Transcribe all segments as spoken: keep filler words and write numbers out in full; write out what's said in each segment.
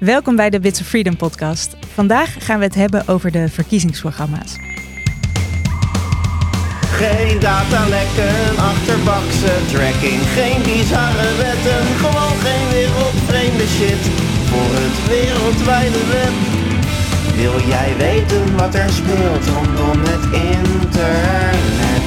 Welkom bij de Bits of Freedom podcast. Vandaag gaan we het hebben over de verkiezingsprogramma's. Geen datalekken, achterbakse tracking, geen bizarre wetten, gewoon geen wereldvreemde shit voor het wereldwijde web. Wil jij weten wat er speelt rondom het internet?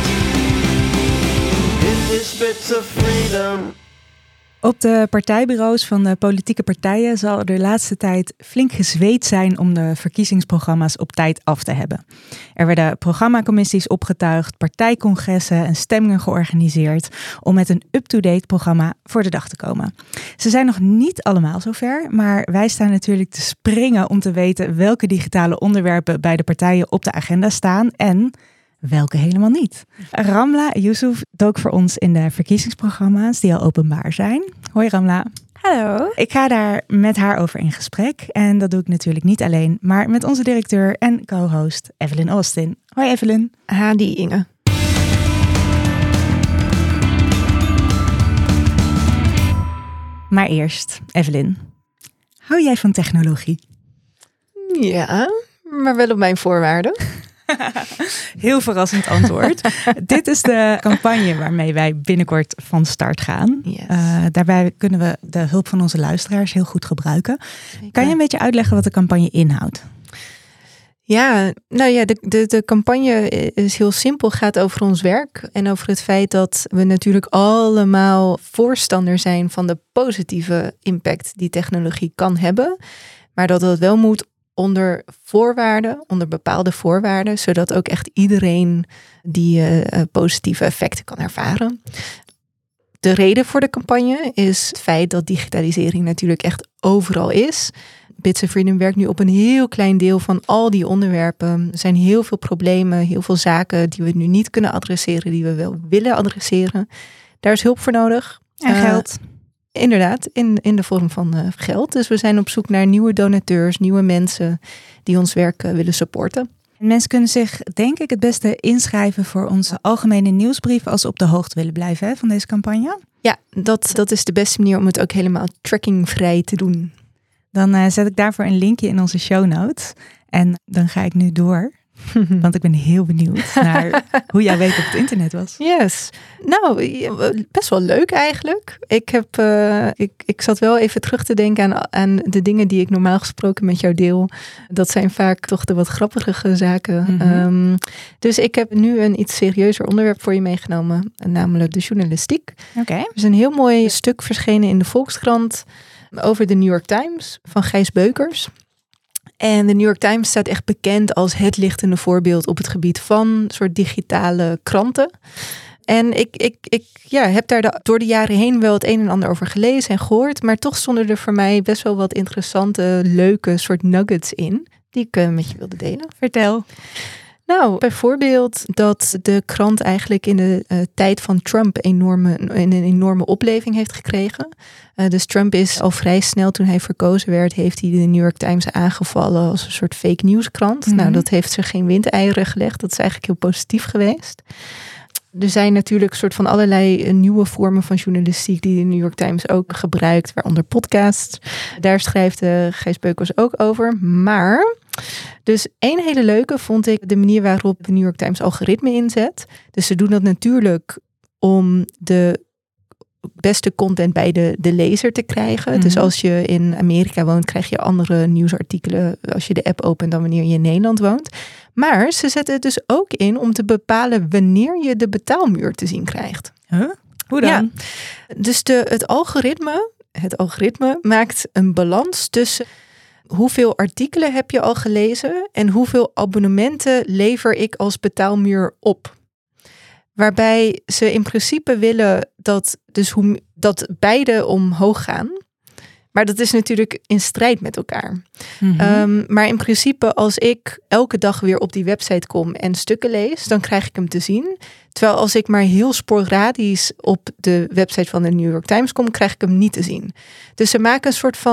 Dit is Bits of Freedom. Op de partijbureaus van de politieke partijen zal er de laatste tijd flink gezweet zijn om de verkiezingsprogramma's op tijd af te hebben. Er werden programmacommissies opgetuigd, partijcongressen en stemmingen georganiseerd om met een up-to-date programma voor de dag te komen. Ze zijn nog niet allemaal zover, maar wij staan natuurlijk te springen om te weten welke digitale onderwerpen bij de partijen op de agenda staan en welke helemaal niet. Ramla Yusuf dook voor ons in de verkiezingsprogramma's die al openbaar zijn. Hoi Ramla. Hallo. Ik ga daar met haar over in gesprek. En dat doe ik natuurlijk niet alleen, maar met onze directeur en co-host Evelyn Austin. Hoi Evelyn. Ha, die Inge. Maar eerst, Evelyn. Hou jij van technologie? Ja, maar wel op mijn voorwaarden. Heel verrassend antwoord. Dit is de campagne waarmee wij binnenkort van start gaan. Yes. Uh, daarbij kunnen we de hulp van onze luisteraars heel goed gebruiken. Zeker. Kan je een beetje uitleggen wat de campagne inhoudt? Ja, nou ja, de, de, de campagne is heel simpel, gaat over ons werk en over het feit dat we natuurlijk allemaal voorstander zijn van de positieve impact die technologie kan hebben, maar dat dat wel moet onder voorwaarden, onder bepaalde voorwaarden, zodat ook echt iedereen die uh, positieve effecten kan ervaren. De reden voor de campagne is het feit dat digitalisering natuurlijk echt overal is. Bits of Freedom werkt nu op een heel klein deel van al die onderwerpen. Er zijn heel veel problemen, heel veel zaken die we nu niet kunnen adresseren, die we wel willen adresseren. Daar is hulp voor nodig. En geld. Uh, Inderdaad, in, in de vorm van uh, geld. Dus we zijn op zoek naar nieuwe donateurs, nieuwe mensen die ons werk uh, willen supporten. Mensen kunnen zich, denk ik, het beste inschrijven voor onze algemene nieuwsbrief als ze op de hoogte willen blijven hè, van deze campagne. Ja, dat, dat is de beste manier om het ook helemaal trackingvrij te doen. Dan uh, zet ik daarvoor een linkje in onze show notes. En dan ga ik nu door. Want ik ben heel benieuwd naar hoe jouw week op het internet was. Yes. Nou, best wel leuk eigenlijk. Ik, heb, uh, ik, ik zat wel even terug te denken aan, aan de dingen die ik normaal gesproken met jou deel. Dat zijn vaak toch de wat grappige zaken. Mm-hmm. Um, dus ik heb nu een iets serieuzer onderwerp voor je meegenomen. Namelijk de journalistiek. Okay. Er is een heel mooi stuk verschenen in de Volkskrant over de New York Times van Gijs Beukers. En de New York Times staat echt bekend als het lichtende voorbeeld op het gebied van soort digitale kranten. En ik, ik, ik ja, heb daar de, door de jaren heen wel het een en ander over gelezen en gehoord. Maar toch stonden er voor mij best wel wat interessante, leuke soort nuggets in. Die ik uh, met je wilde delen. Vertel. Nou, bijvoorbeeld dat de krant eigenlijk in de uh, tijd van Trump enorme, een enorme opleving heeft gekregen. Uh, dus Trump is al vrij snel, toen hij verkozen werd, heeft hij de New York Times aangevallen als een soort fake nieuwskrant. Mm-hmm. Nou, dat heeft zich geen windeieren gelegd. Dat is eigenlijk heel positief geweest. Er zijn natuurlijk soort van allerlei nieuwe vormen van journalistiek die de New York Times ook gebruikt, waaronder podcasts. Daar schrijft uh, Gijs Beukers ook over. Maar dus één hele leuke vond ik de manier waarop de New York Times algoritme inzet. Dus ze doen dat natuurlijk om de beste content bij de, de lezer te krijgen. Mm-hmm. Dus als je in Amerika woont, krijg je andere nieuwsartikelen als je de app opent dan wanneer je in Nederland woont. Maar ze zetten het dus ook in om te bepalen wanneer je de betaalmuur te zien krijgt. Huh? Hoe dan? Ja. Dus de, het algoritme, het algoritme maakt een balans tussen hoeveel artikelen heb je al gelezen en hoeveel abonnementen lever ik als betaalmuur op. Waarbij ze in principe willen dat, dus hoe, dat beide omhoog gaan. Maar dat is natuurlijk in strijd met elkaar. Mm-hmm. Um, maar in principe als ik elke dag weer op die website kom en stukken lees, dan krijg ik hem te zien. Terwijl als ik maar heel sporadisch op de website van de New York Times kom, krijg ik hem niet te zien. Dus ze maken een soort van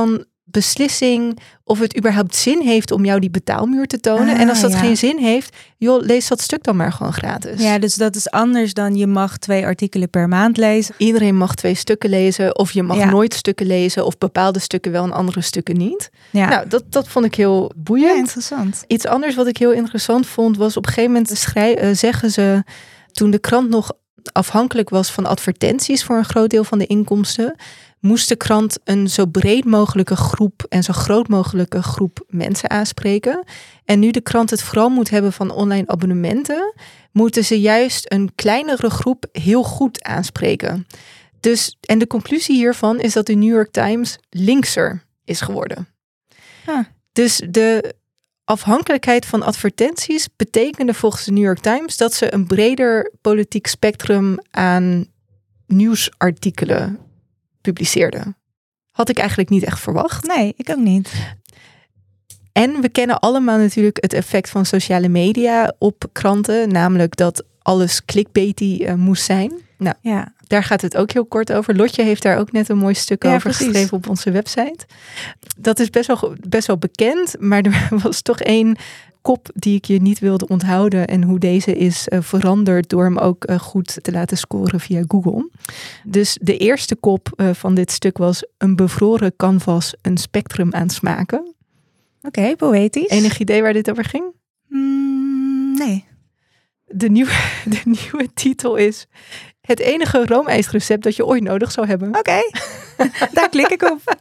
beslissing of het überhaupt zin heeft om jou die betaalmuur te tonen. Ah, en als dat ja. geen zin heeft, joh, lees dat stuk dan maar gewoon gratis. Ja, dus dat is anders dan je mag twee artikelen per maand lezen. Iedereen mag twee stukken lezen of je mag Ja. nooit stukken lezen of bepaalde stukken wel en andere stukken niet. Ja, Nou, dat, dat vond ik heel boeiend. ja interessant. Iets anders wat ik heel interessant vond was op een gegeven moment schrij- uh, zeggen ze, toen de krant nog afhankelijk was van advertenties voor een groot deel van de inkomsten, moest de krant een zo breed mogelijke groep en zo groot mogelijke groep mensen aanspreken. En nu de krant het vooral moet hebben van online abonnementen, moeten ze juist een kleinere groep heel goed aanspreken. Dus, en de conclusie hiervan is dat de New York Times linkser is geworden. Ah. Dus de afhankelijkheid van advertenties betekende volgens de New York Times dat ze een breder politiek spectrum aan nieuwsartikelen publiceerden. Had ik eigenlijk niet echt verwacht. Nee, ik ook niet. En we kennen allemaal natuurlijk het effect van sociale media op kranten, namelijk dat alles clickbaity uh, moest zijn. Nou, Ja, daar gaat het ook heel kort over. Lotje heeft daar ook net een mooi stuk Ja, over precies. geschreven op onze website. Dat is best wel, best wel bekend, maar er was toch één kop die ik je niet wilde onthouden en hoe deze is uh, veranderd door hem ook uh, goed te laten scoren via Google. Dus de eerste kop uh, van dit stuk was een bevroren canvas, een spectrum aan smaken. oké, okay, poëtisch. Enig idee waar dit over ging? Mm, nee. De nieuwe, de nieuwe titel is het enige roomijsrecept dat je ooit nodig zou hebben. Oké, okay. Daar klik ik op.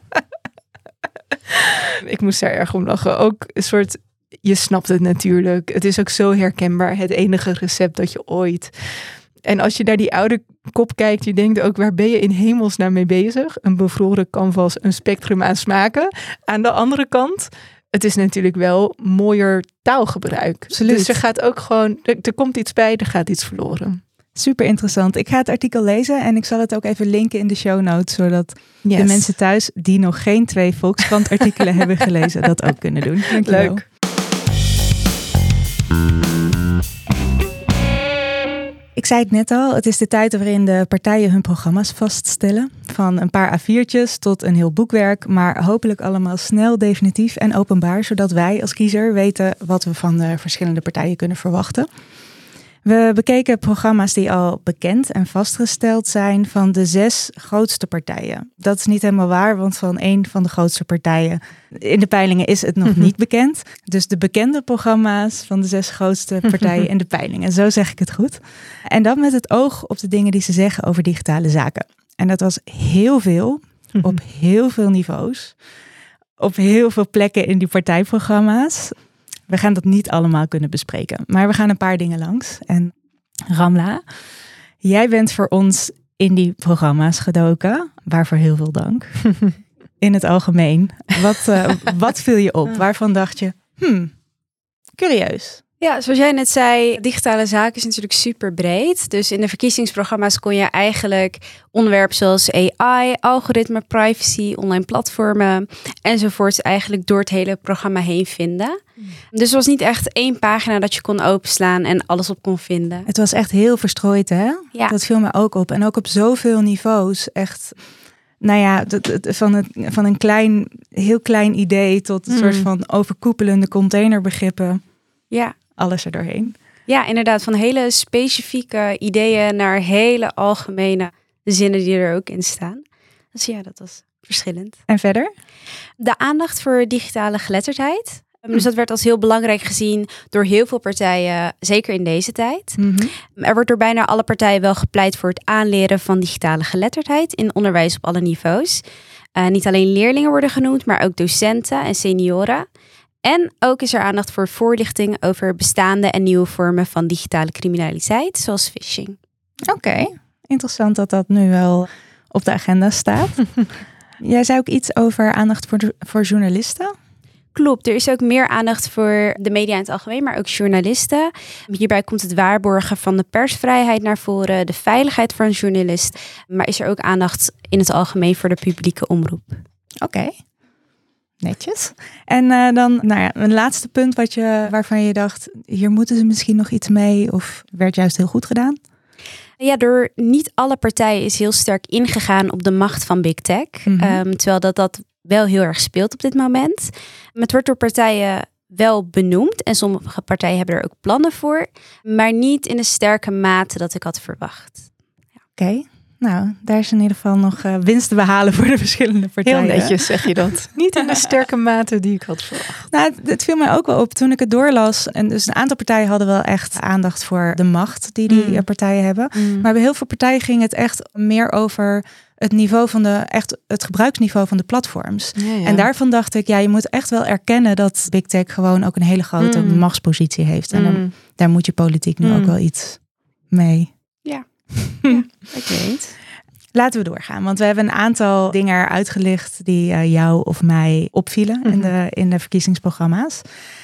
Ik moest daar erg om lachen. Ook een soort, je snapt het natuurlijk. Het is ook zo herkenbaar. Het enige recept dat je ooit. En als je naar die oude kop kijkt, je denkt ook, waar ben je in hemelsnaam mee bezig? Een bevroren canvas, een spectrum aan smaken. Aan de andere kant, het is natuurlijk wel mooier taalgebruik. Absoluut. Dus er gaat ook gewoon, er, er komt iets bij, er gaat iets verloren. Super interessant. Ik ga het artikel lezen en ik zal het ook even linken in de show notes, zodat Yes. de mensen thuis die nog geen twee Volkskrant artikelen hebben gelezen, dat ook kunnen doen. Dankjewel. Leuk. Ik zei het net al, het is de tijd waarin de partijen hun programma's vaststellen. Van een paar A viertjes tot een heel boekwerk, maar hopelijk allemaal snel, definitief en openbaar, zodat wij als kiezer weten wat we van de verschillende partijen kunnen verwachten. We bekeken programma's die al bekend en vastgesteld zijn van de zes grootste partijen. Dat is niet helemaal waar, want van één van de grootste partijen in de peilingen is het nog niet bekend. Dus de bekende programma's van de zes grootste partijen in de peilingen. Zo zeg ik het goed. En dat met het oog op de dingen die ze zeggen over digitale zaken. En dat was heel veel, op heel veel niveaus, op heel veel plekken in die partijprogramma's. We gaan dat niet allemaal kunnen bespreken, maar we gaan een paar dingen langs. En Ramla, jij bent voor ons in die programma's gedoken, waarvoor heel veel dank. In het algemeen, wat, uh, wat viel je op? Waarvan dacht je, hmm, curieus. Ja, zoals jij net zei, digitale zaken is natuurlijk super breed. Dus in de verkiezingsprogramma's kon je eigenlijk onderwerpen zoals A I, algoritme, privacy, online platformen enzovoorts eigenlijk door het hele programma heen vinden. Mm. Dus het was niet echt één pagina dat je kon openslaan en alles op kon vinden. Het was echt heel verstrooid, hè? Ja. Dat viel me ook op. En ook op zoveel niveaus. Echt, nou ja, van, het, van een klein, heel klein idee tot een mm. soort van overkoepelende containerbegrippen. Ja. Alles er doorheen. Ja, inderdaad. Van hele specifieke ideeën naar hele algemene zinnen die er ook in staan. Dus ja, dat was verschillend. En verder? De aandacht voor digitale geletterdheid. Hm. Dus dat werd als heel belangrijk gezien door heel veel partijen, zeker in deze tijd. Mm-hmm. Er wordt door bijna alle partijen wel gepleit voor het aanleren van digitale geletterdheid in onderwijs op alle niveaus. Uh, niet alleen leerlingen worden genoemd, maar ook docenten en senioren. En ook is er aandacht voor voorlichting over bestaande en nieuwe vormen van digitale criminaliteit, zoals phishing. Oké, okay. Interessant dat dat nu wel op de agenda staat. Jij zei ook iets over aandacht voor, de, voor journalisten. Klopt, er is ook meer aandacht voor de media in het algemeen, maar ook journalisten. Hierbij komt het waarborgen van de persvrijheid naar voren, de veiligheid van een journalist. Maar is er ook aandacht in het algemeen voor de publieke omroep. Oké. Okay. Netjes. En uh, dan, nou ja, een laatste punt wat je, waarvan je dacht, hier moeten ze misschien nog iets mee, of werd juist heel goed gedaan? Ja, door niet alle partijen is heel sterk ingegaan op de macht van Big Tech. Mm-hmm. Um, terwijl dat, dat wel heel erg speelt op dit moment. Het wordt door partijen wel benoemd en sommige partijen hebben er ook plannen voor, maar niet in de sterke mate dat ik had verwacht. Ja. Oké. Okay. Nou, daar is in ieder geval nog uh, winst te behalen voor de verschillende partijen. Heel netjes zeg je dat. Niet in de sterke mate die ik had verwacht. Nou, het, het viel mij ook wel op toen ik het doorlas. En dus een aantal partijen hadden wel echt aandacht voor de macht die die mm. partijen hebben. Mm. Maar bij heel veel partijen ging het echt meer over het niveau van de, echt het gebruiksniveau van de platforms. Ja, ja. En daarvan dacht ik, ja, je moet echt wel erkennen dat Big Tech gewoon ook een hele grote mm. machtspositie heeft. En mm. dan, daar moet je politiek nu mm. ook wel iets mee. Ja. Ja, ik weet. Laten we doorgaan, want we hebben een aantal dingen eruit gelicht die uh, jou of mij opvielen mm-hmm. in, de, in de verkiezingsprogramma's.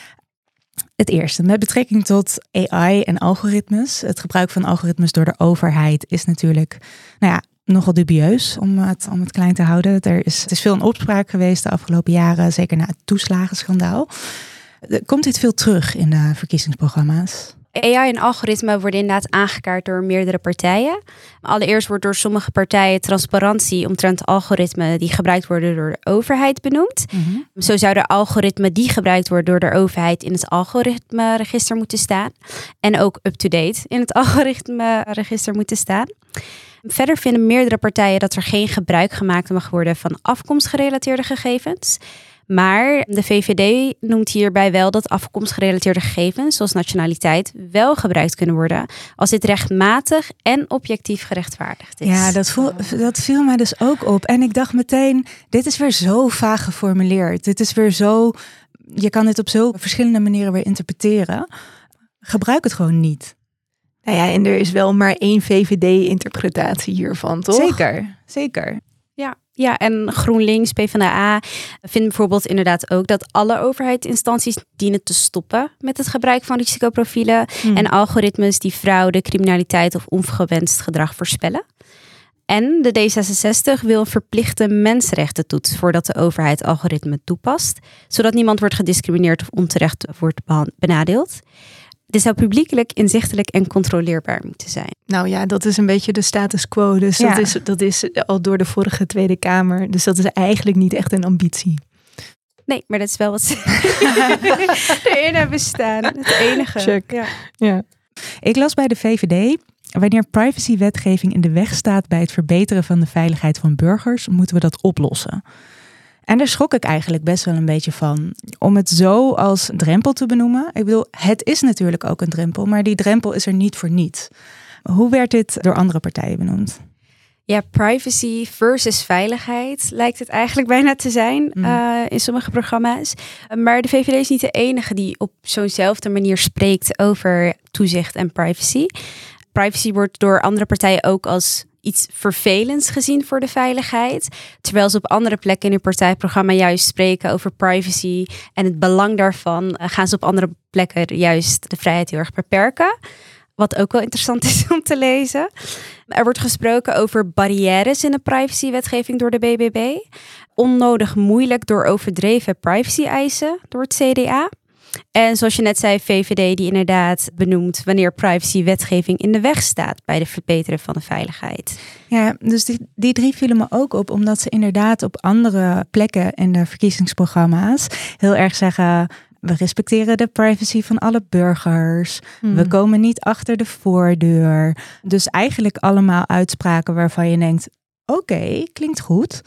Het eerste, met betrekking tot A I en algoritmes. Het gebruik van algoritmes door de overheid is natuurlijk, nou ja, nogal dubieus om het, om het klein te houden. Er is, het is veel in opspraak geweest de afgelopen jaren, zeker na het toeslagenschandaal. Komt dit veel terug in de verkiezingsprogramma's? A I en algoritme worden inderdaad aangekaart door meerdere partijen. Allereerst wordt door sommige partijen transparantie omtrent algoritmen die gebruikt worden door de overheid benoemd. Mm-hmm. Zo zouden algoritmen die gebruikt worden door de overheid in het algoritmeregister moeten staan. En ook up-to-date in het algoritmeregister moeten staan. Verder vinden meerdere partijen dat er geen gebruik gemaakt mag worden van afkomstgerelateerde gegevens. Maar de V V D noemt hierbij wel dat afkomstgerelateerde gegevens, zoals nationaliteit, wel gebruikt kunnen worden als dit rechtmatig en objectief gerechtvaardigd is. Ja, dat, voel, dat viel mij dus ook op. En ik dacht meteen, dit is weer zo vaag geformuleerd. Dit is weer zo, je kan dit op zo verschillende manieren weer interpreteren. Gebruik het gewoon niet. Nou ja, en er is wel maar één V V D-interpretatie hiervan, toch? Zeker, zeker. Ja. Ja, en GroenLinks, PvdA vinden bijvoorbeeld inderdaad ook dat alle overheidsinstanties dienen te stoppen met het gebruik van risicoprofielen hmm. en algoritmes die fraude, criminaliteit of ongewenst gedrag voorspellen. En de D zesenzestig wil een verplichte mensenrechtentoets voordat de overheid algoritme toepast, zodat niemand wordt gediscrimineerd of onterecht wordt benadeeld. Dit zou publiekelijk, inzichtelijk en controleerbaar moeten zijn. Nou ja, dat is een beetje de status quo. Dus ja. dat, is, dat is al door de vorige Tweede Kamer. Dus dat is eigenlijk niet echt een ambitie. Nee, maar dat is wel wat ze erin hebben staan. Het enige. Check. Ja. Ja. Ik las bij de V V D, wanneer privacywetgeving in de weg staat bij het verbeteren van de veiligheid van burgers, moeten we dat oplossen. En daar schrok ik eigenlijk best wel een beetje van. Om het zo als drempel te benoemen. Ik bedoel, het is natuurlijk ook een drempel. Maar die drempel is er niet voor niets. Hoe werd dit door andere partijen benoemd? Ja, privacy versus veiligheid lijkt het eigenlijk bijna te zijn mm. uh, in sommige programma's. Maar de V V D is niet de enige die op zo'nzelfde manier spreekt over toezicht en privacy. Privacy wordt door andere partijen ook als iets vervelends gezien voor de veiligheid. Terwijl ze op andere plekken in hun partijprogramma juist spreken over privacy en het belang daarvan, gaan ze op andere plekken juist de vrijheid heel erg beperken. Wat ook wel interessant is om te lezen. Er wordt gesproken over barrières in de privacywetgeving door de B B B. Onnodig moeilijk door overdreven privacy-eisen door het C D A. En zoals je net zei, V V D die inderdaad benoemt wanneer privacywetgeving in de weg staat bij het verbeteren van de veiligheid. Ja, dus die, die drie vielen me ook op, omdat ze inderdaad op andere plekken in de verkiezingsprogramma's heel erg zeggen, we respecteren de privacy van alle burgers. Hmm. We komen niet achter de voordeur. Dus eigenlijk allemaal uitspraken waarvan je denkt, oké, okay, klinkt goed.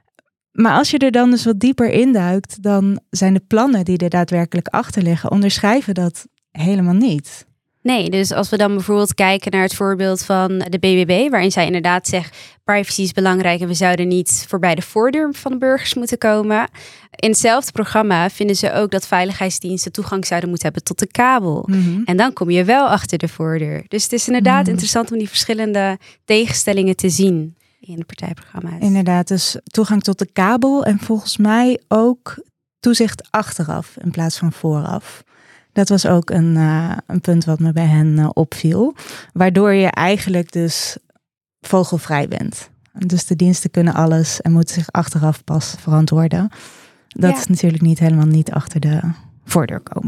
Maar als je er dan dus wat dieper induikt, dan zijn de plannen die er daadwerkelijk achter liggen, onderschrijven dat helemaal niet. Nee, dus als we dan bijvoorbeeld kijken naar het voorbeeld van de B B B, waarin zij inderdaad zegt, privacy is belangrijk en we zouden niet voorbij de voordeur van de burgers moeten komen. In hetzelfde programma vinden ze ook dat veiligheidsdiensten toegang zouden moeten hebben tot de kabel. Mm-hmm. En dan kom je wel achter de voordeur. Dus het is inderdaad mm-hmm. interessant om die verschillende tegenstellingen te zien in de partijprogramma's. Inderdaad, dus toegang tot de kabel en volgens mij ook toezicht achteraf in plaats van vooraf. Dat was ook een, uh, een punt wat me bij hen uh, opviel. Waardoor je eigenlijk dus vogelvrij bent. Dus de diensten kunnen alles en moeten zich achteraf pas verantwoorden. Dat ja. is natuurlijk niet helemaal niet achter de voordeur komen.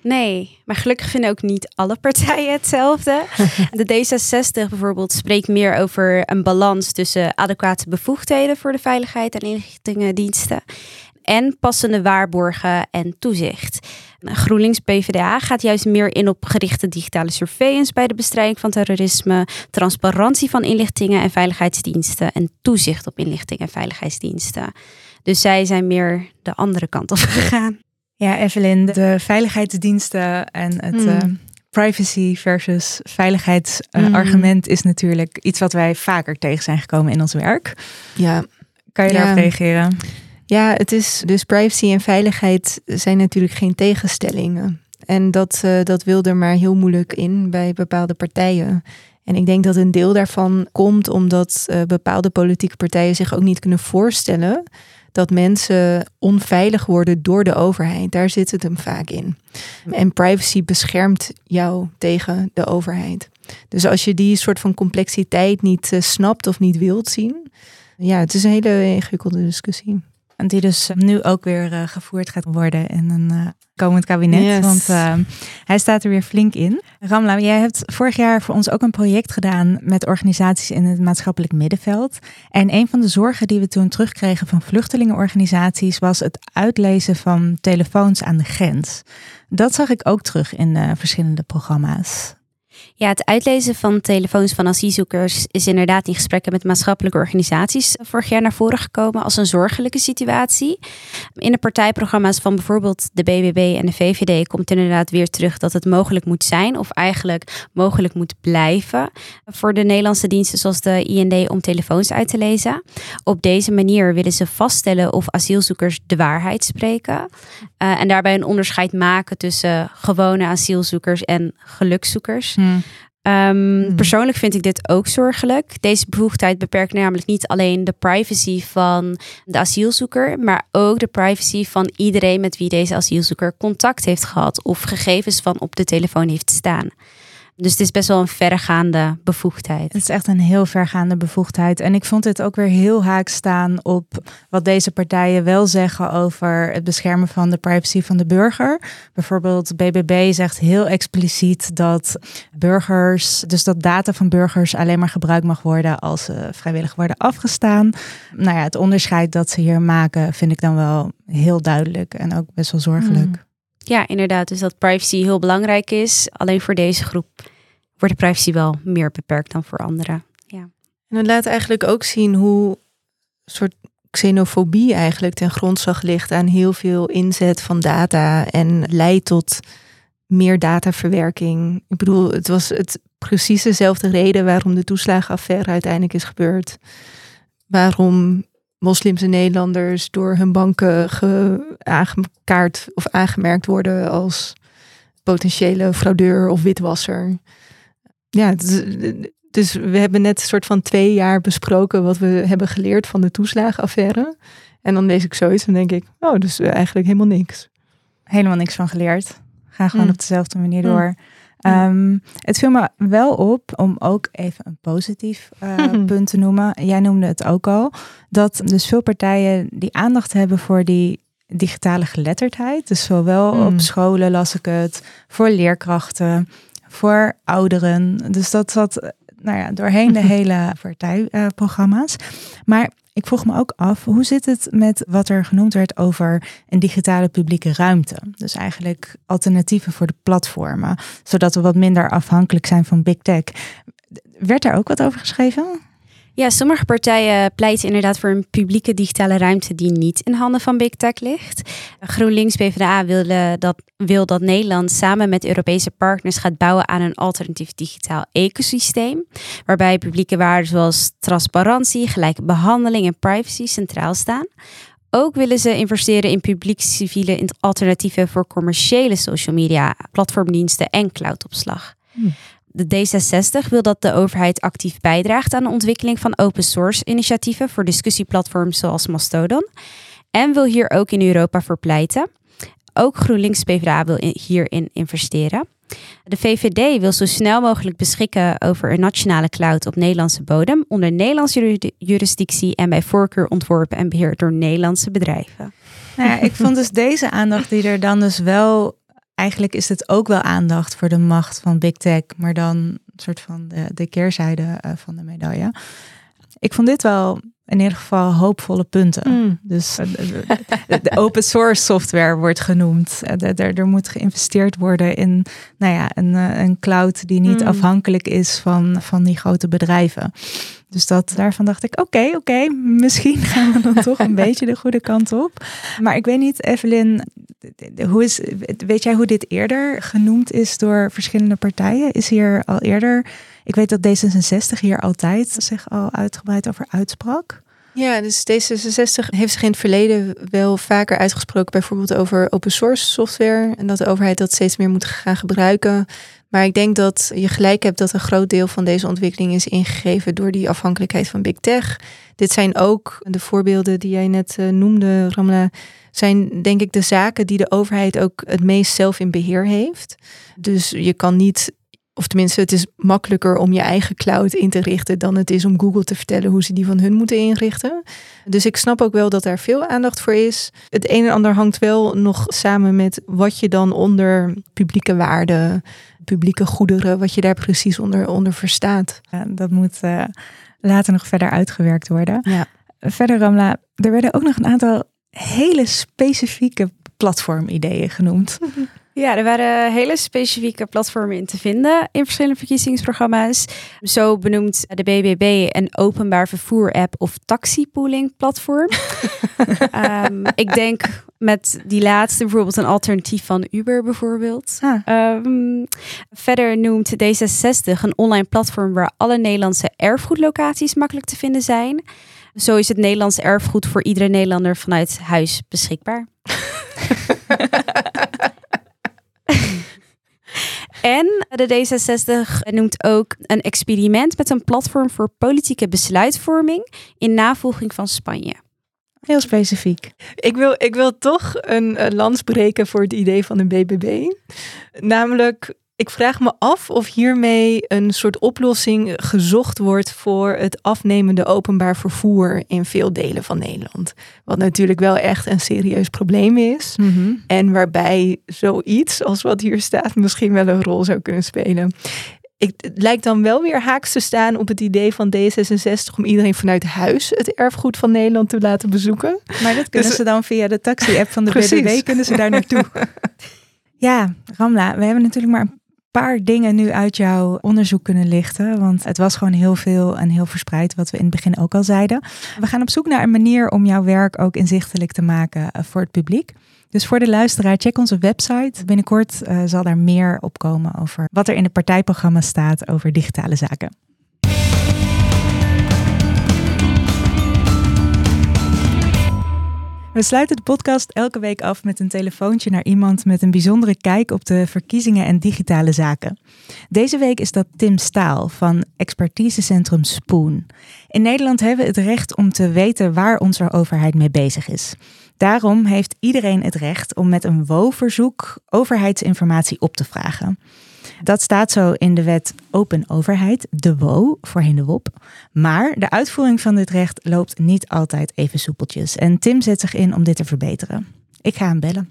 Nee, maar gelukkig vinden ook niet alle partijen hetzelfde. De D zesenzestig bijvoorbeeld spreekt meer over een balans tussen adequate bevoegdheden voor de veiligheid en inlichtingendiensten en passende waarborgen en toezicht. GroenLinks P v d A gaat juist meer in op gerichte digitale surveillance bij de bestrijding van terrorisme, transparantie van inlichtingen en veiligheidsdiensten en toezicht op inlichting en veiligheidsdiensten. Dus zij zijn meer de andere kant op gegaan. Ja, Evelyn, de veiligheidsdiensten en het mm. uh, privacy versus veiligheidsargument uh, mm. is natuurlijk iets wat wij vaker tegen zijn gekomen in ons werk. Ja. Kan je ja. daarop reageren? Ja, het is dus privacy en veiligheid zijn natuurlijk geen tegenstellingen. En dat, uh, dat wil er maar heel moeilijk in bij bepaalde partijen. En ik denk dat een deel daarvan komt omdat uh, bepaalde politieke partijen zich ook niet kunnen voorstellen dat mensen onveilig worden door de overheid. Daar zit het hem vaak in. En privacy beschermt jou tegen de overheid. Dus als je die soort van complexiteit niet uh, snapt of niet wilt zien, ja, het is een hele ingewikkelde discussie. En die dus nu ook weer uh, gevoerd gaat worden in een uh, komend kabinet. Yes. Want uh, hij staat er weer flink in. Ramla, jij hebt vorig jaar voor ons ook een project gedaan met organisaties in het maatschappelijk middenveld. En een van de zorgen die we toen terugkregen van vluchtelingenorganisaties was het uitlezen van telefoons aan de grens. Dat zag ik ook terug in uh, verschillende programma's. Ja, het uitlezen van telefoons van asielzoekers is inderdaad in gesprekken met maatschappelijke organisaties vorig jaar naar voren gekomen als een zorgelijke situatie. In de partijprogramma's van bijvoorbeeld de B B B en de V V D komt inderdaad weer terug dat het mogelijk moet zijn of eigenlijk mogelijk moet blijven voor de Nederlandse diensten zoals de I N D om telefoons uit te lezen. Op deze manier willen ze vaststellen of asielzoekers de waarheid spreken uh, en daarbij een onderscheid maken tussen gewone asielzoekers en gelukszoekers. Hmm. Um, hmm. Persoonlijk vind ik dit ook zorgelijk. Deze bevoegdheid beperkt namelijk niet alleen de privacy van de asielzoeker, maar ook de privacy van iedereen met wie deze asielzoeker contact heeft gehad of gegevens van op de telefoon heeft staan. Dus het is best wel een verregaande bevoegdheid. Het is echt een heel vergaande bevoegdheid. En ik vond dit ook weer heel haaks staan op wat deze partijen wel zeggen over het beschermen van de privacy van de burger. Bijvoorbeeld B B B zegt heel expliciet dat burgers, dus dat data van burgers alleen maar gebruikt mag worden als ze vrijwillig worden afgestaan. Nou ja, het onderscheid dat ze hier maken vind ik dan wel heel duidelijk en ook best wel zorgelijk. Mm. Ja, inderdaad. Dus dat privacy heel belangrijk is. Alleen voor deze groep wordt de privacy wel meer beperkt dan voor anderen. Ja. En het laat eigenlijk ook zien hoe soort xenofobie eigenlijk ten grondslag ligt aan heel veel inzet van data en leidt tot meer dataverwerking. Ik bedoel, het was het precies dezelfde reden waarom de toeslagenaffaire uiteindelijk is gebeurd. Waarom moslims en Nederlanders door hun banken ge- aangekaart of aangemerkt worden als potentiële fraudeur of witwasser. Ja, dus, dus we hebben net een soort van twee jaar besproken wat we hebben geleerd van de toeslagenaffaire. En dan lees ik zoiets en denk ik, oh, dus eigenlijk helemaal niks. Helemaal niks van geleerd. Ga gewoon mm. op dezelfde manier door. Mm. Um, het viel me wel op om ook even een positief uh, punt te noemen. Jij noemde het ook al. Dat dus veel partijen die aandacht hebben voor die digitale geletterdheid. Dus zowel mm. op scholen las ik het, voor leerkrachten, voor ouderen. Dus dat zat nou ja, doorheen de hele partijprogramma's. Uh, maar ik vroeg me ook af, hoe zit het met wat er genoemd werd over een digitale publieke ruimte? Dus eigenlijk alternatieven voor de platformen, zodat we wat minder afhankelijk zijn van big tech. Werd daar ook wat over geschreven? Ja, sommige partijen pleiten inderdaad voor een publieke digitale ruimte die niet in handen van big tech ligt. GroenLinks P v d A wil dat, wil dat Nederland samen met Europese partners gaat bouwen aan een alternatief digitaal ecosysteem, waarbij publieke waarden zoals transparantie, gelijke behandeling en privacy centraal staan. Ook willen ze investeren in publiek-civiele alternatieven voor commerciële social media, platformdiensten en cloudopslag. Hmm. De D zesenzestig wil dat de overheid actief bijdraagt aan de ontwikkeling van open source initiatieven voor discussieplatforms zoals Mastodon. En wil hier ook in Europa voor pleiten. Ook GroenLinks P v d A wil hierin investeren. De V V D wil zo snel mogelijk beschikken over een nationale cloud op Nederlandse bodem, onder Nederlandse jurisdictie en bij voorkeur ontworpen en beheerd door Nederlandse bedrijven. Nou ja, ik vond dus deze aandacht die er dan dus wel eigenlijk is het ook wel aandacht voor de macht van Big Tech, maar dan een soort van de, de keerzijde uh, van de medaille. Ik vond dit wel in ieder geval hoopvolle punten. Mm. Dus uh, de, de, de open source software wordt genoemd. Uh, de, de, er moet geïnvesteerd worden in nou ja, een, uh, een cloud die niet mm. afhankelijk is van, van die grote bedrijven. Dus dat, daarvan dacht ik, oké, okay, oké, okay, misschien gaan we dan toch een beetje de goede kant op. Maar ik weet niet, Evelyn, hoe is, weet jij hoe dit eerder genoemd is door verschillende partijen? Is hier al eerder, ik weet dat D zesenzestig hier altijd zich al uitgebreid over uitsprak. Ja, dus D zesenzestig heeft zich in het verleden wel vaker uitgesproken, bijvoorbeeld over open source software en dat de overheid dat steeds meer moet gaan gebruiken. Maar ik denk dat je gelijk hebt dat een groot deel van deze ontwikkeling is ingegeven door die afhankelijkheid van Big Tech. Dit zijn ook de voorbeelden die jij net uh, noemde, Ramla, zijn denk ik de zaken die de overheid ook het meest zelf in beheer heeft. Dus je kan niet, of tenminste het is makkelijker om je eigen cloud in te richten dan het is om Google te vertellen hoe ze die van hun moeten inrichten. Dus ik snap ook wel dat daar veel aandacht voor is. Het een en ander hangt wel nog samen met wat je dan onder publieke waarden, publieke goederen, wat je daar precies onder, onder verstaat. Ja, dat moet uh, later nog verder uitgewerkt worden. Ja. Verder, Ramla, er werden ook nog een aantal hele specifieke platformideeën genoemd. Ja, er waren hele specifieke platformen in te vinden in verschillende verkiezingsprogramma's. Zo benoemt de B B B een openbaar vervoer app of taxipooling platform. um, ik denk met die laatste bijvoorbeeld een alternatief van Uber bijvoorbeeld. Ah. Um, verder noemt D zesenzestig een online platform waar alle Nederlandse erfgoedlocaties makkelijk te vinden zijn. Zo is het Nederlands erfgoed voor iedere Nederlander vanuit huis beschikbaar. En de D zesenzestig noemt ook een experiment met een platform voor politieke besluitvorming in navolging van Spanje. Heel specifiek. Ik wil, ik wil toch een, een lans breken voor het idee van een B B B. Namelijk, ik vraag me af of hiermee een soort oplossing gezocht wordt voor het afnemende openbaar vervoer in veel delen van Nederland. Wat natuurlijk wel echt een serieus probleem is. Mm-hmm. En waarbij zoiets als wat hier staat misschien wel een rol zou kunnen spelen. Ik, het lijkt dan wel weer haaks te staan op het idee van D zesenzestig om iedereen vanuit huis het erfgoed van Nederland te laten bezoeken. Maar dat kunnen dus, ze dan via de taxi-app van de precies. B B B, kunnen ze daar naartoe. Ja, Ramla, we hebben natuurlijk maar een paar dingen nu uit jouw onderzoek kunnen lichten. Want het was gewoon heel veel en heel verspreid, wat we in het begin ook al zeiden. We gaan op zoek naar een manier om jouw werk ook inzichtelijk te maken voor het publiek. Dus voor de luisteraar, check onze website. Binnenkort uh, zal daar meer op komen over wat er in het partijprogramma staat over digitale zaken. We sluiten de podcast elke week af met een telefoontje naar iemand met een bijzondere kijk op de verkiezingen en digitale zaken. Deze week is dat Tim Staal van expertisecentrum Spoon. In Nederland hebben we het recht om te weten waar onze overheid mee bezig is. Daarom heeft iedereen het recht om met een W O-verzoek overheidsinformatie op te vragen. Dat staat zo in de wet Open Overheid, de W O, voorheen de W O P. Maar de uitvoering van dit recht loopt niet altijd even soepeltjes. En Tim zet zich in om dit te verbeteren. Ik ga hem bellen.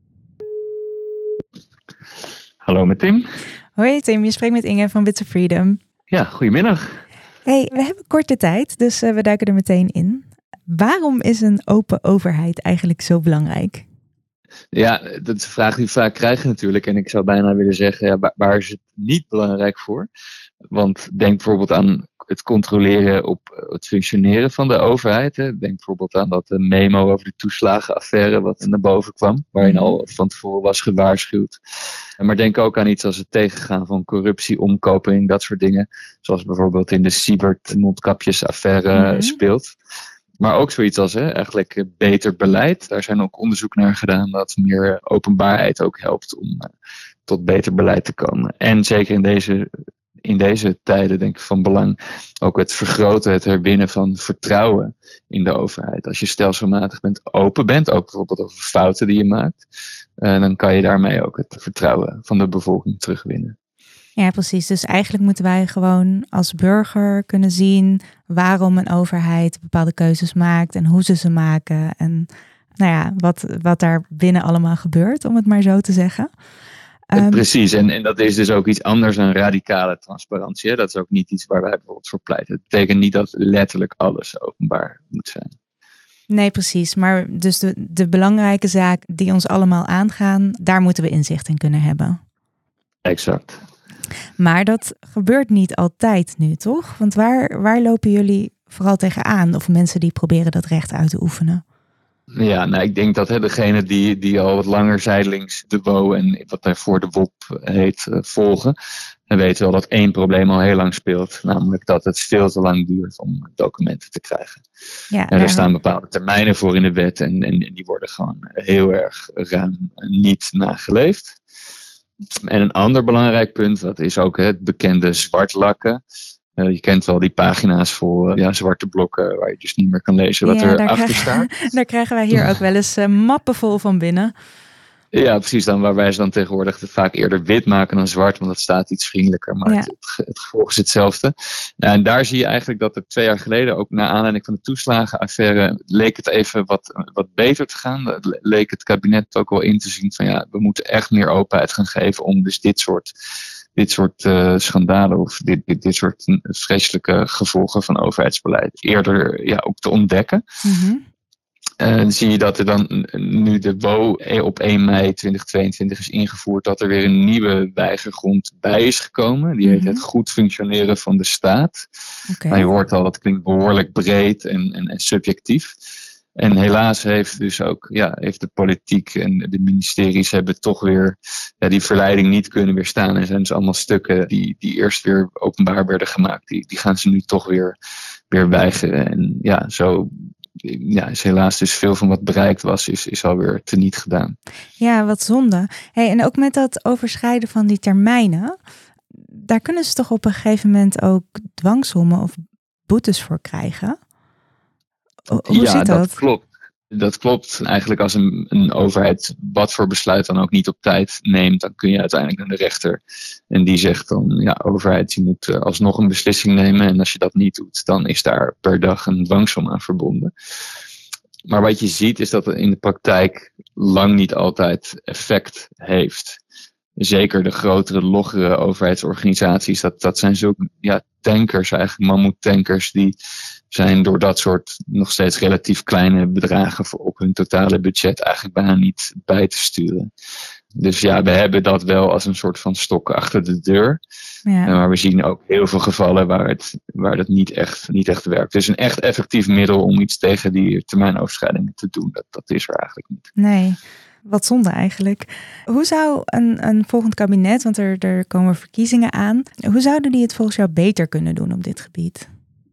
Hallo met Tim. Hoi Tim, je spreekt met Inge van Bits of Freedom. Ja, goedemiddag. Hey, we hebben korte tijd, dus uh, we duiken er meteen in. Waarom is een open overheid eigenlijk zo belangrijk? Ja, dat is een vraag die we vaak krijgen natuurlijk. En ik zou bijna willen zeggen, ja, waar is het niet belangrijk voor? Want denk bijvoorbeeld aan het controleren op het functioneren van de overheid. Hè. Denk bijvoorbeeld aan dat de memo over de toeslagenaffaire wat naar boven kwam. Waarin al van tevoren was gewaarschuwd. Maar denk ook aan iets als het tegengaan van corruptie, omkoping, dat soort dingen. Zoals bijvoorbeeld in de Siebert-mondkapjesaffaire mm-hmm. speelt. Maar ook zoiets als hè, eigenlijk beter beleid. Daar zijn ook onderzoek naar gedaan dat meer openbaarheid ook helpt om uh, tot beter beleid te komen. En zeker in deze, in deze tijden denk ik van belang ook het vergroten, het herwinnen van vertrouwen in de overheid. Als je stelselmatig bent, open bent, ook bijvoorbeeld over fouten die je maakt, uh, dan kan je daarmee ook het vertrouwen van de bevolking terugwinnen. Ja, precies. Dus eigenlijk moeten wij gewoon als burger kunnen zien waarom een overheid bepaalde keuzes maakt en hoe ze ze maken. En nou ja, wat, wat daar binnen allemaal gebeurt, om het maar zo te zeggen. Um, Precies, en, en dat is dus ook iets anders dan radicale transparantie. Hè? Dat is ook niet iets waar wij bijvoorbeeld voor pleiten. Het betekent niet dat letterlijk alles openbaar moet zijn. Nee, precies. Maar dus de, de belangrijke zaak die ons allemaal aangaan, daar moeten we inzicht in kunnen hebben. Exact. Maar dat gebeurt niet altijd nu, toch? Want waar, waar lopen jullie vooral tegenaan? Of mensen die proberen dat recht uit te oefenen? Ja, nou, ik denk dat hè, degene die, die al wat langer zijdelings de W O en wat daarvoor de W O P heet uh, volgen, dan weten wel dat één probleem al heel lang speelt. Namelijk dat het veel te lang duurt om documenten te krijgen. Ja, en daar staan bepaalde termijnen voor in de wet en, en die worden gewoon heel erg ruim niet nageleefd. En een ander belangrijk punt, dat is ook het bekende zwartlakken. Uh, je kent wel die pagina's vol uh, ja, zwarte blokken waar je dus niet meer kan lezen wat ja, er daar achter krijgen, staat. Daar krijgen wij hier ook wel eens uh, mappen vol van binnen. Ja, precies. Dan waar wij ze dan tegenwoordig vaak eerder wit maken dan zwart, want dat staat iets vriendelijker, maar ja. het, het, het gevolg is hetzelfde. Nou, en daar zie je eigenlijk dat er twee jaar geleden, ook naar aanleiding van de toeslagenaffaire, leek het even wat, wat beter te gaan. Leek het kabinet ook wel in te zien van ja, we moeten echt meer openheid gaan geven om dus dit soort, dit soort uh, schandalen of dit, dit, dit soort vreselijke gevolgen van overheidsbeleid eerder ja, ook te ontdekken. Mm-hmm. Uh, dan zie je dat er dan nu de W O op één mei tweeduizend tweeëntwintig is ingevoerd, dat er weer een nieuwe weigergrond bij is gekomen. Die heet mm-hmm. het goed functioneren van de staat. Okay. Maar je hoort al, dat klinkt behoorlijk breed en, en, en subjectief. En helaas heeft dus ook ja, heeft de politiek en de ministeries hebben toch weer ja, die verleiding niet kunnen weerstaan. En zijn dus allemaal stukken die, die eerst weer openbaar werden gemaakt. Die, die gaan ze nu toch weer, weer weigeren. En ja, zo ja, is helaas dus veel van wat bereikt was, is, is alweer teniet gedaan. Ja, wat zonde. Hey, en ook met dat overschrijden van die termijnen, daar kunnen ze toch op een gegeven moment ook dwangsommen of boetes voor krijgen? Hoe ja, zit dat? dat klopt. Dat klopt. Eigenlijk als een, een overheid wat voor besluit dan ook niet op tijd neemt, dan kun je uiteindelijk naar de rechter. En die zegt dan, ja, overheid, je moet uh, alsnog een beslissing nemen. En als je dat niet doet, dan is daar per dag een dwangsom aan verbonden. Maar wat je ziet is dat het in de praktijk lang niet altijd effect heeft. Zeker de grotere, loggere overheidsorganisaties, dat, dat zijn zulke ja, tankers eigenlijk, mammoetankers, die zijn door dat soort nog steeds relatief kleine bedragen voor op hun totale budget eigenlijk bijna niet bij te sturen. Dus ja, we hebben dat wel als een soort van stok achter de deur. Ja. Maar we zien ook heel veel gevallen waar het, waar dat niet echt, niet echt werkt. Dus een echt effectief middel om iets tegen die termijnoverschrijdingen te doen, dat, dat is er eigenlijk niet. Nee. Wat zonde eigenlijk. Hoe zou een, een volgend kabinet, want er, er komen verkiezingen aan, hoe zouden die het volgens jou beter kunnen doen op dit gebied?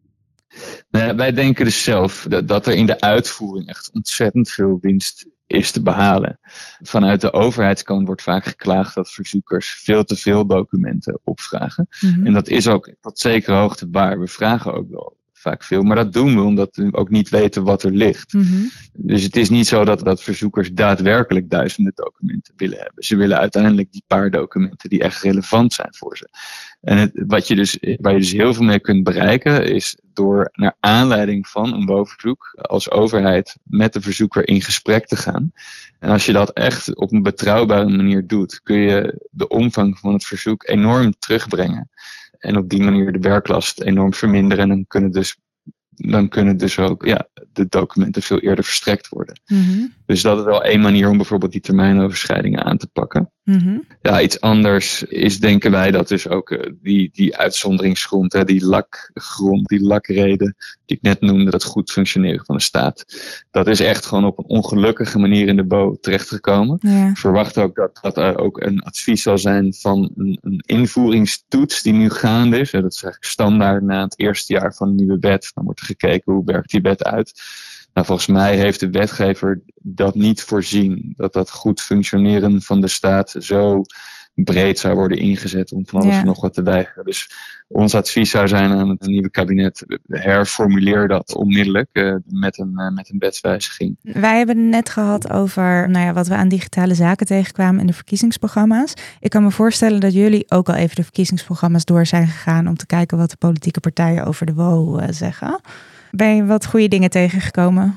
Nou, wij denken dus zelf dat, dat er in de uitvoering echt ontzettend veel winst is te behalen. Vanuit de overheidskant wordt vaak geklaagd dat verzoekers veel te veel documenten opvragen. Mm-hmm. En dat is ook tot zekere hoogte waar. We vragen ook wel vaak veel, maar dat doen we omdat we ook niet weten wat er ligt. Mm-hmm. Dus het is niet zo dat, dat verzoekers daadwerkelijk duizenden documenten willen hebben. Ze willen uiteindelijk die paar documenten die echt relevant zijn voor ze. En het, wat je dus, waar je dus heel veel mee kunt bereiken is door naar aanleiding van een W O-verzoek als overheid met de verzoeker in gesprek te gaan. En als je dat echt op een betrouwbare manier doet, kun je de omvang van het verzoek enorm terugbrengen. En op die manier de werklast enorm verminderen. En dan kunnen dus, dan kunnen dus ook ja, de documenten veel eerder verstrekt worden. Mm-hmm. Dus dat is wel één manier om bijvoorbeeld die termijnoverschrijdingen aan te pakken. Mm-hmm. Ja, iets anders is, denken wij, dat dus ook uh, die, die uitzonderingsgrond, hè, die lakgrond, die lakreden die ik net noemde, dat goed functioneren van de staat. Dat is echt gewoon op een ongelukkige manier in de B O terechtgekomen. Ja. Ik verwacht ook dat dat er ook een advies zal zijn van een, een invoeringstoets die nu gaande is. Dat is eigenlijk standaard na het eerste jaar van een nieuwe wet. Dan wordt er gekeken hoe werkt die wet uit. Nou, volgens mij heeft de wetgever dat niet voorzien. Dat dat goed functioneren van de staat zo breed zou worden ingezet om van alles ja. nog wat te weigeren. Dus ons advies zou zijn aan het nieuwe kabinet, herformuleer dat onmiddellijk uh, met, een, uh, met een wetswijziging. Wij hebben het net gehad over nou ja, wat we aan digitale zaken tegenkwamen in de verkiezingsprogramma's. Ik kan me voorstellen dat jullie ook al even de verkiezingsprogramma's door zijn gegaan om te kijken wat de politieke partijen over de W O uh, zeggen. Ben je wat goede dingen tegengekomen?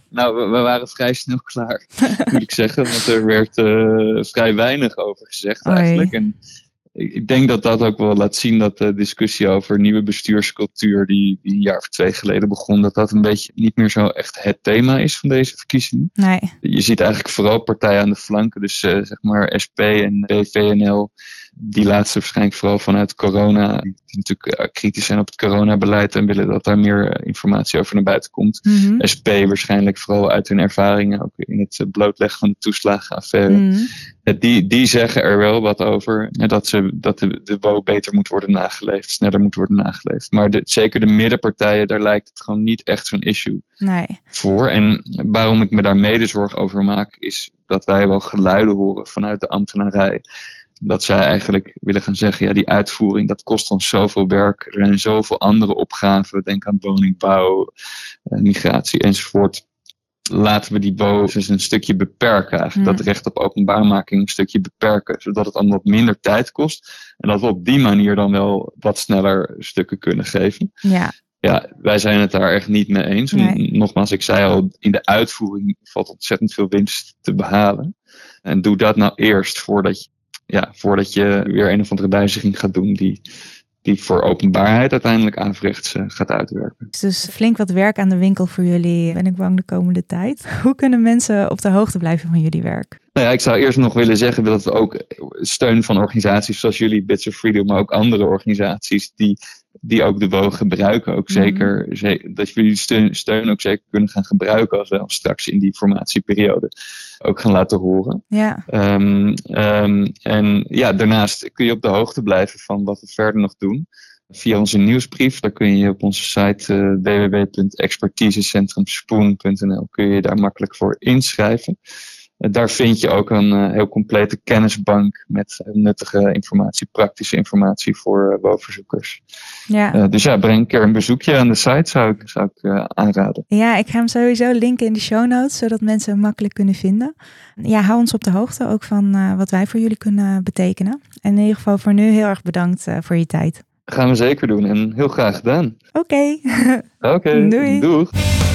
Nou, we, we waren vrij snel klaar, moet ik zeggen. Want er werd uh, vrij weinig over gezegd eigenlijk. En ik, ik denk dat dat ook wel laat zien dat de discussie over nieuwe bestuurscultuur, die, die een jaar of twee geleden begon, dat dat een beetje niet meer zo echt het thema is van deze verkiezingen. Nee. Je ziet eigenlijk vooral partijen aan de flanken, dus uh, zeg maar S P en B V N L. Die laatste waarschijnlijk vooral vanuit corona, die natuurlijk uh, kritisch zijn op het coronabeleid en willen dat daar meer uh, informatie over naar buiten komt. Mm-hmm. S P waarschijnlijk vooral uit hun ervaringen, ook in het uh, blootleggen van de toeslagenaffaire. Mm-hmm. Uh, die, die zeggen er wel wat over, uh, dat, ze, dat de, de W O beter moet worden nageleefd, sneller moet worden nageleefd. Maar de, zeker de middenpartijen, daar lijkt het gewoon niet echt zo'n issue nee. voor. En waarom ik me daar mede zorg over maak, is dat wij wel geluiden horen vanuit de ambtenarij. Dat zij eigenlijk willen gaan zeggen, ja, die uitvoering, dat kost ons zoveel werk. Er zijn zoveel andere opgaven. Denk aan woningbouw, migratie enzovoort. Laten we die B O dus een stukje beperken eigenlijk. Mm. Dat recht op openbaarmaking een stukje beperken. Zodat het allemaal wat minder tijd kost. En dat we op die manier dan wel wat sneller stukken kunnen geven. Ja. Ja, wij zijn het daar echt niet mee eens. Nee. Nogmaals, ik zei al, in de uitvoering valt ontzettend veel winst te behalen. En doe dat nou eerst voordat je Ja, voordat je weer een of andere wijziging gaat doen die, die voor openbaarheid uiteindelijk averechts uh, gaat uitwerken. Dus flink wat werk aan de winkel voor jullie, ben ik bang, de komende tijd. Hoe kunnen mensen op de hoogte blijven van jullie werk? Nou ja, ik zou eerst nog willen zeggen dat we ook steun van organisaties zoals jullie, Bits of Freedom, maar ook andere organisaties die, die ook de W O gebruiken. Ook zeker, mm-hmm. zeker dat jullie steun, steun ook zeker kunnen gaan gebruiken als we ons straks in die formatieperiode ook gaan laten horen. Ja. Um, um, en ja, daarnaast kun je op de hoogte blijven van wat we verder nog doen. Via onze nieuwsbrief, daar kun je op onze site uh, w w w punt expertisecentrum spoon punt n l kun je daar makkelijk voor inschrijven. Uh, daar vind je ook een uh, heel complete kennisbank met uh, nuttige informatie, praktische informatie voor uh, W O-verzoekers. Ja. Uh, dus ja, breng een keer een bezoekje aan de site, zou ik, zou ik uh, aanraden. Ja, ik ga hem sowieso linken in de show notes, zodat mensen hem makkelijk kunnen vinden. Ja, hou ons op de hoogte ook van uh, wat wij voor jullie kunnen betekenen. En in ieder geval voor nu heel erg bedankt uh, voor je tijd. Gaan we zeker doen en heel graag gedaan. Oké. Oké, okay, doei. Doeg.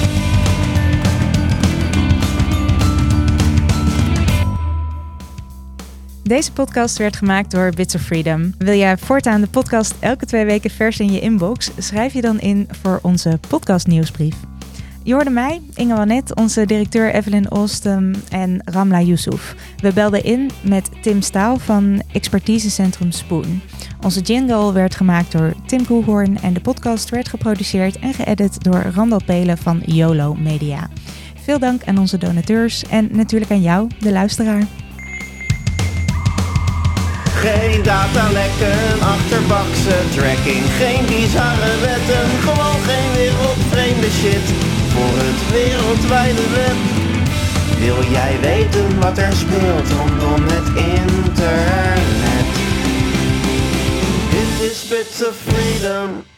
Deze podcast werd gemaakt door Bits of Freedom. Wil jij voortaan de podcast elke twee weken vers in je inbox? Schrijf je dan in voor onze podcast nieuwsbrief. Je hoorde mij, Inge Wanet, onze directeur Evelyn Oostem en Ramla Yusuf. We belden in met Tim Staal van Expertisecentrum Spoon. Onze jingle werd gemaakt door Tim Koehoorn en de podcast werd geproduceerd en geëdit door Randal Pelen van YOLO Media. Veel dank aan onze donateurs en natuurlijk aan jou, de luisteraar. Geen datalekken, achterbakse tracking, geen bizarre wetten, gewoon geen wereldvreemde shit voor het wereldwijde web. Wil jij weten wat er speelt rondom het internet? Dit is Bits of Freedom.